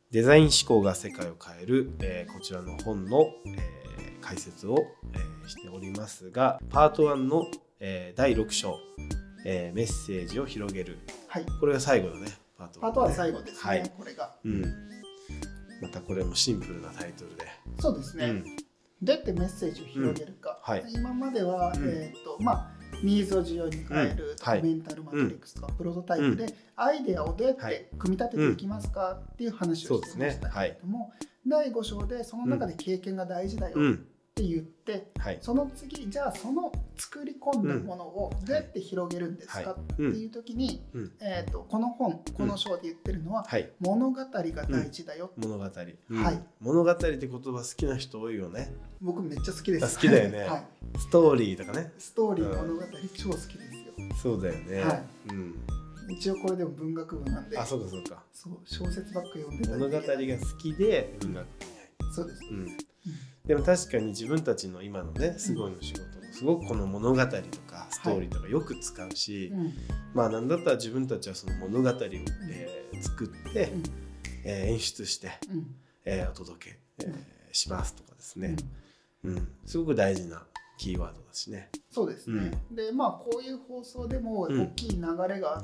デザイン思考が世界を変える、こちらの本の、解説を、しておりますが、パート1の、第6章、メッセージを広げる、 はい、 これが最後のねパート1、ね、 パートは最後ですね、 はい、 これが、 またこれもシンプルなタイトルで、 そうですね、どうやってメッセージを広げるか、はい、今までは、ニーズを需要に変えるとか、メンタルマトリックスとか、プロトタイプでアイデアをどうやって組み立てていきますかっていう話をしてましたけれども、第5章でその中で経験が大事だよって言って、その次じゃあその作り込んだものをどうやって広げるんですかっていう時に、この本、この章で言ってるのは、物語が大事だよ、 物語、物語って言葉好きな人多いよね。 僕めっちゃ好きです。 好きだよね、ストーリーとかね、 ストーリー、物語超好きですよ。 そうだよね、 一応これでも文学部なんで、 そうかそうか、 そう小説ばっか読んでたり、 物語が好きで文学部に入る。 そうです、 でも確かに自分たちの今のねすごいの仕事もすごくこの物語とかストーリーとかよく使うし、なんだったら自分たちはその物語を、作って、演出して、お届け、しますとかですね、すごく大事なキーワードだしね。 そうですね、でこういう放送でも大きい流れがあって、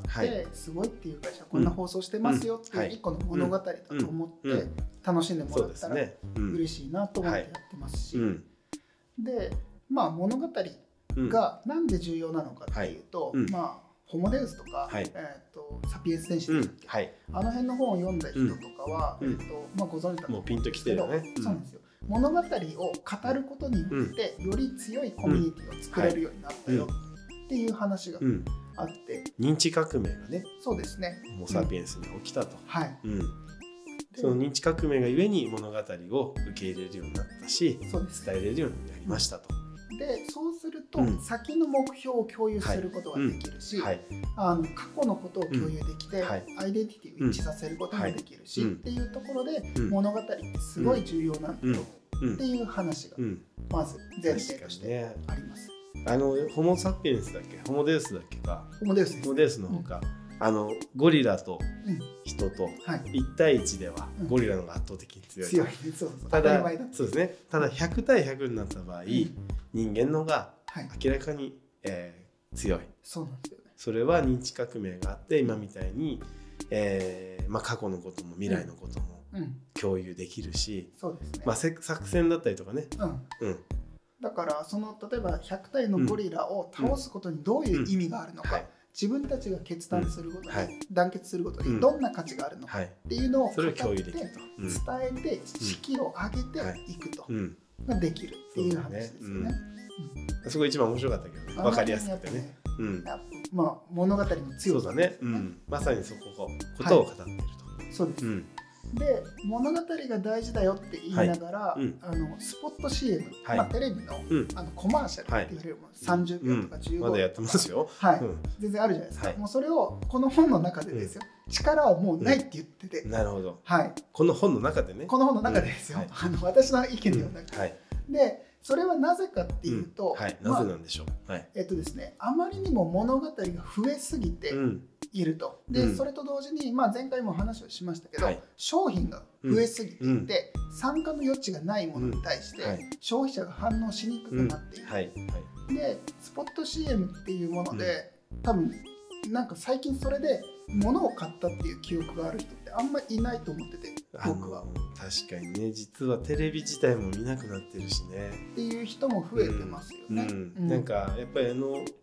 すごいっていう会社こんな放送してますよっていう一個の物語だと思って楽しんでもらったら嬉しいなと思ってやってますし、で物語がなんで重要なのかっていうと、ホモデウスとか、サピエンス戦士でしたっけ、あの辺の本を読んだ人とかは、ご存知だと思うんですけど、そうなんですよ。物語を語ることによってより強いコミュニティを作れるようになったよっていう話があって、 認知革命がね、 そうですね、 ホモ・サピエンスに起きたと、その認知革命がゆえに物語を受け入れるようになったし、伝えれるようになりましたと。 でそうすると、先の目標を共有することができるし、過去のことを共有できて、アイデンティティを一致させることもできるし、っていうところで、物語ってすごい重要なんだよっていう話がまず前提としてあります。 ホモ・サピエンスだっけ、ホモデウスだっけか、 ホモデウスです。 ホモデウスのほか、ゴリラと人と1対1ではゴリラの方が圧倒的に強い。 強い、 ただそうですね。ただ100対100になった場合、人間の方が明らかに強い。 そうなんですよね。 それは認知革命があって今みたいに過去のことも未来のことも共有できるし、 そうですね。 作戦だったりとかね。 だから例えば100体のゴリラを倒すことにどういう意味があるのか、自分たちが決断することに、団結することにどんな価値があるのかっていうのを語って伝えて士気を上げていくとができるっていう話ですよね。 そこ一番面白かったけどね、分かりやすくてね。 物語の強さですね。 まさにそこことを語っていると。 そうです。で物語が大事だよって言いながら、スポット CM、テレビの、コマーシャルって言われるもの、30秒とか15秒まだやってますよ。 全然あるじゃないですか。もうそれをこの本の中でですよ、力はもうないって言ってて、 なるほど。この本の中でね、 この本の中でですよ、私の意見ではなくて、でそれはなぜかっていうと、 なぜなんでしょう。 ですね、あまりにも物語が増えすぎていると。でそれと同時に、前回も話をしましたけど、商品が増えすぎていて、参加の余地がないものに対して消費者が反応しにくくなっている。でスポット CM っていうもので、多分なんか最近それで物を買ったっていう記憶がある人ってあんまりいないと思ってて、僕は。 確かにね、実はテレビ自体も見なくなってるしねっていう人も増えてますよね。 なんかやっぱり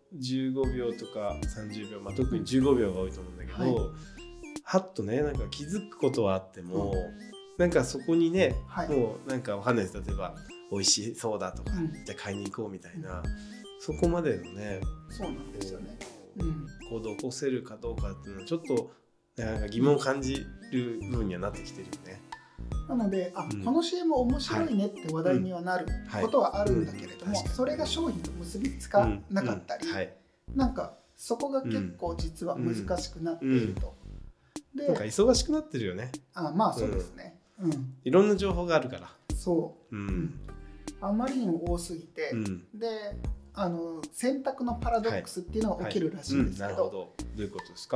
15秒とか30秒、特に15秒が多いと思うんだけど、はっとね、なんか気づくことはあっても、なんかそこにね、もうなんかわかんないです。例えば美味しそうだとか、じゃあ買いに行こうみたいな、そこまでのね、 そうなんですよね。 行動を起こせるかどうかっていうのはちょっとなんか疑問を感じる部分にはなってきてるよね。 なのでこの CM 面白いねって話題にはなることはあるんだけれども、それが商品と結びつかなかったり、なんかそこが結構実は難しくなっていると。 なんか忙しくなってるよね。 そうですね。 いろんな情報があるから。 そう。あまりにも多すぎて、で選択のパラドックスっていうのが起きるらしいんですけど。 どういうことですか？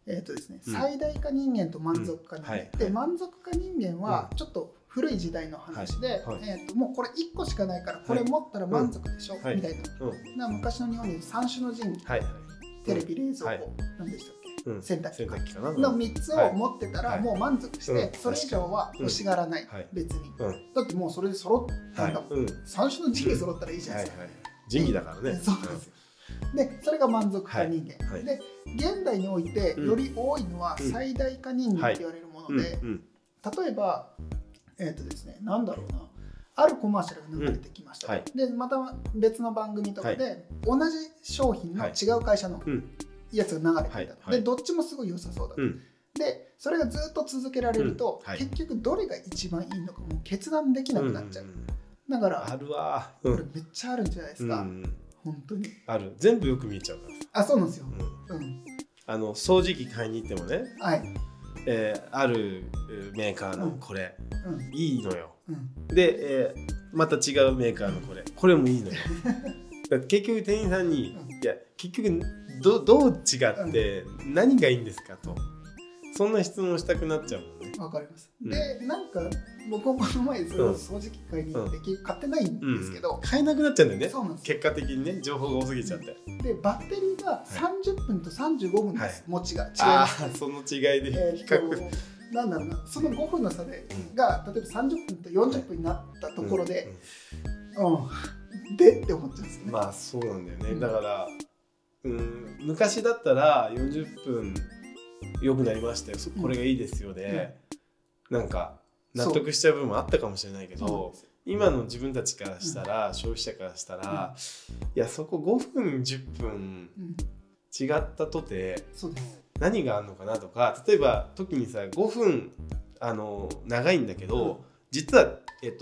ですね、最大化人間と満足化人間、で満足化人間はちょっと古い時代の話で、もうこれ1個しかないからこれ持ったら満足でしょ、みたいな、昔の日本でいう三種の神器、テレビ、冷蔵庫、何でしたっけ、洗濯機の3つを持ってたらもう満足して、それ以上は欲しがらない、別に、だってもうそれで揃ったんだもん、三種の神器揃ったらいいじゃないですか、 神器だからね。 そうなんですよ。でそれが満足化人間、で現代においてより多いのは最大化人間って言われるもので、例えばですね、なんだろうな、あるコマーシャルが流れてきました、でまた別の番組とかで、同じ商品の違う会社のやつが流れていた、でどっちもすごい良さそうだ、でそれがずっと続けられると、結局どれが一番いいのかもう決断できなくなっちゃう、だからあるわ、 これめっちゃあるんじゃないですか、本当にある、全部よく見えちゃうから。 あ、そうなんですよ、 掃除機買いに行ってもね、あるメーカーのこれ、いいのよ、で、また違うメーカーのこれもいいのよだ結局店員さんに、いや結局どう違って何がいいんですかと、そんな質問したくなっちゃうもんね。 わかります、でなんか僕もこの前それを掃除機買いに行って結局買ってないんですけど、 買えなくなっちゃうんだよね。 そうなんです、 結果的にね、情報が多すぎちゃって、 でバッテリーが30分と35分です、持ちが違います。 その違いで比較、 なんだろうな、その5分の差でが例えば30分と40分になったところで、でって思っちゃうんですよね。 まあそうなんだよね、だから昔だったら40分良くなりましたよ、これがいいですよで、なんか納得しちゃう部分もあったかもしれないけど、今の自分たちからしたら、消費者からしたら、いやそこ5分10分違ったとて何があるのかなとか、例えば時にさ5分長いんだけど、実は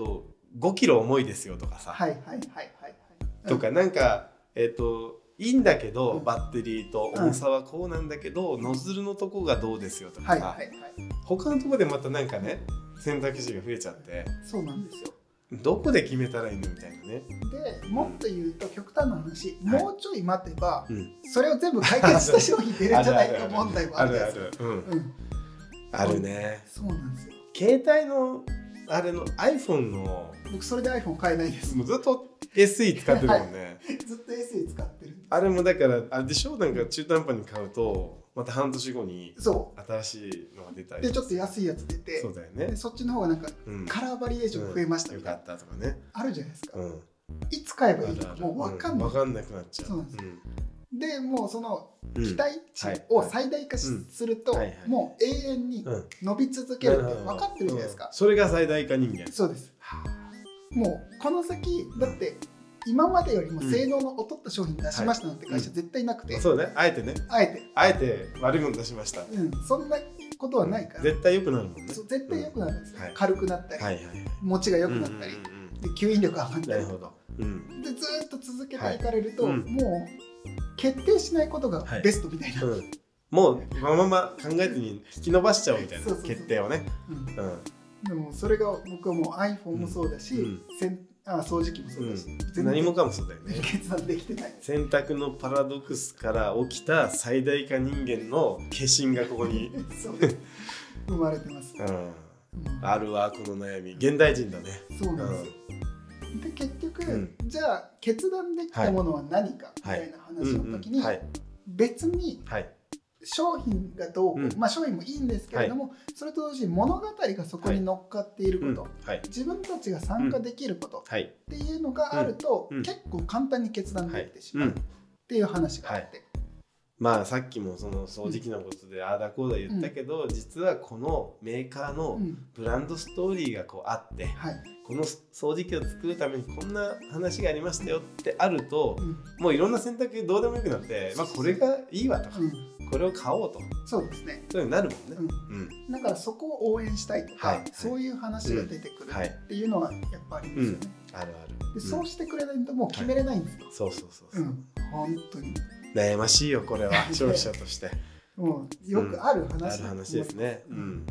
5キロ重いですよとかさ、とかなんかいいんだけど、バッテリーと重さはこうなんだけど、ノズルのとこがどうですよとかさ、他のとこでまたなんかね選択肢が増えちゃって、 そうなんですよ。 どこで決めたらいいのみたいなね。 でもっと言うと極端な話、もうちょい待てば、それを全部解決した商品出るんじゃないか問題もあるじゃないですか。 あるね。 そうなんですよ。 携帯のあれの iPhone の、 僕それで iPhone 買えないです。 もうずっと SE 使ってるもんねずっと SE 使ってる。 あれもだからあれでしょ、なんか中途半端に買うとまた半年後に新しいのが出たりで、ちょっと安いやつ出て、 そうだよね、 でそっちの方がなんかカラーバリエーション増えましたみたいな、 よかったとかね、 あるじゃないですか、いつ買えばいいかもう分かんない、 分かんなくなっちゃう。 そうなんです、でもうその期待値を最大化するともう永遠に伸び続けるって分かってるじゃないですか、 それが最大化人間。 そうです、もうこの先だって今までよりも性能の劣った商品出しましたなんて会社絶対なくて、 そうね、あえて悪いもの出しました、 そんなことはないから、 絶対良くなるもんね。 そう絶対良くなるんですよ、軽くなったり、持ちが良くなったり、で吸引力上がったり、 なるほど、 でずっと続けていかれると、もう決定しないことがベストみたいな、 もうまま考えずに引き伸ばしちゃおうみたいな決定をね。 でもそれが僕はもう iPhone もそうだし、掃除機もそうだし、 何もかもそうだよね。 決断できてない。 選択のパラドックスから起きた最大化人間の化身がここに生まれてます。 あるわ、この悩み、現代人だね。 そうなんですよ。で結局、じゃあ決断できたものは何かみたいな話の時に、別に商品がどうこう、商品もいいんですけれども、それと同時に物語がそこに乗っかっていること、自分たちが参加できることっていうのがあると、結構簡単に決断できてしまうっていう話があって、 まあさっきもその掃除機のことでああだこうだ言ったけど、実はこのメーカーのブランドストーリーがこうあって、この掃除機を作るためにこんな話がありましたよってあると、もういろんな選択どうでもよくなって、これがいいわとか、これを買おうと、 そうですね、 そういうになるもんね。 だからそこを応援したいとか、そういう話が出てくるっていうのはやっぱありますよね。 あるある。 でそうしてくれないともう決めれないんですよ。 そうそうそう。 本当に悩ましいよこれは消費者としてもうよくある話、 ある話ですね。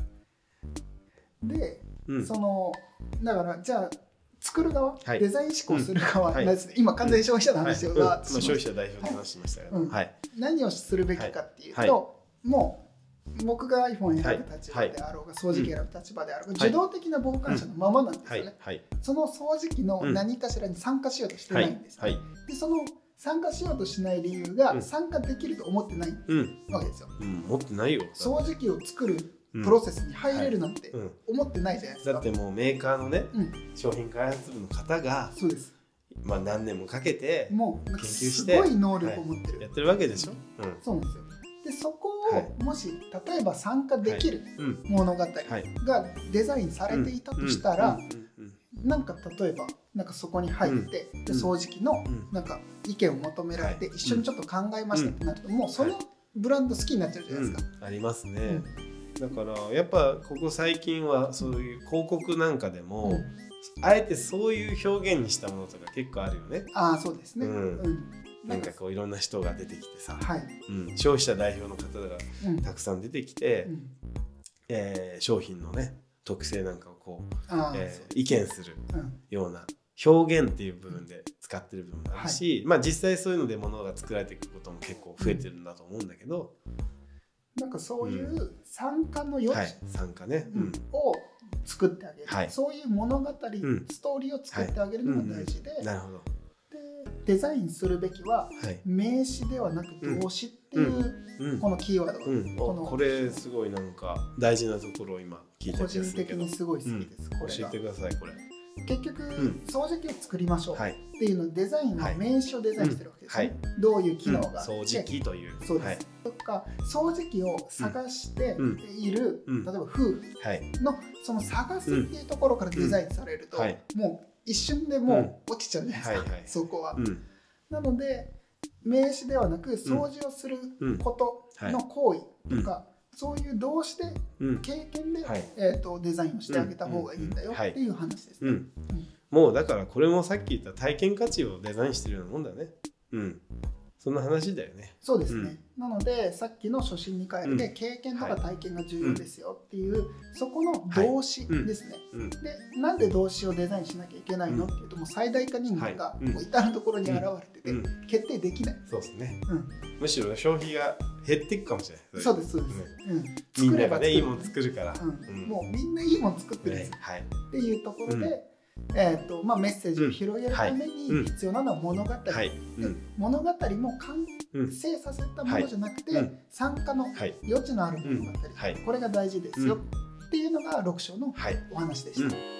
で、そのだからじゃあ作る側、デザイン思考する側なんですね。今完全に消費者の話を消費者代表の話しましたけど、 何をするべきかっていうと、も僕が iPhone 選ぶ立場であろうが、掃除機選ぶ立場であろうが、受動的な傍観者のままなんですよね。その掃除機の何かしらに参加しようとしてないんですよ。でその参加しようとしない理由が参加できると思ってないわけですよ。 思ってないよ。 掃除機を作るプロセスに入れるなんて思ってないじゃないですか。 だってもうメーカーのね、商品開発部の方がそうです、 まあ何年もかけてもう研究してすごい能力を持ってる、 やってるわけでしょ。 そうなんですよ。でそこをもし例えば参加できる物語がデザインされていたとしたら、なんか例えばなんかそこに入ってで掃除機のなんか意見を求められて一緒にちょっと考えましたってなると、もうそのブランド好きになっちゃうじゃないですか。 ありますね。だからやっぱここ最近はそういう広告なんかでもあえてそういう表現にしたものとか結構あるよね。 ああそうですね。 なんかこういろんな人が出てきてさ、消費者代表の方がたくさん出てきて、商品のね特性なんかをこう、意見するような表現っていう部分で使ってる部分もあるし、まあ実際そういうので物が作られていくことも結構増えてるんだと思うんだけど、 なんかそういう参加の余地、 参加ね、 を作ってあげる、そういう物語、ストーリーを作ってあげるのが大事で、 なるほど。 デザインするべきは名詞ではなく動詞っていうこのキーワード、 これすごいなんか大事なところを今聞いて個人的にすごい好きです。これ教えてください。これ結局掃除機を作りましょうっていうのデザインは名詞をデザインしてるわけですね。どういう機能が掃除機という、 そうです。とか掃除機を探している例えば夫婦のその探すっていうところからデザインされるともう一瞬でもう落ちちゃうじゃないですか、そこは。なので名詞ではなく掃除をすることの行為とか、そういう動詞で経験で、デザインをしてあげた方がいいんだよっていう話ですね。 もうだからこれもさっき言った体験価値をデザインしてるようなもんだね。そんな話だよね。 そうですね。なのでさっきの初心に帰るで経験とか体験が重要ですよっていうそこの動詞ですね。でなんで動詞をデザインしなきゃいけないのっていうともう最大化人間がもう至る所に現れてて決定できない。 そうですね。むしろ消費が減っていくかもしれない。 そうですそうです。 みんながねいいもの作るから。 もうみんないいもの作ってるんですっていうところで。メッセージを広げるために必要なのは物語、物語も完成させたものじゃなくて、参加の余地のある物語、これが大事ですよっていうのが6章のお話でした。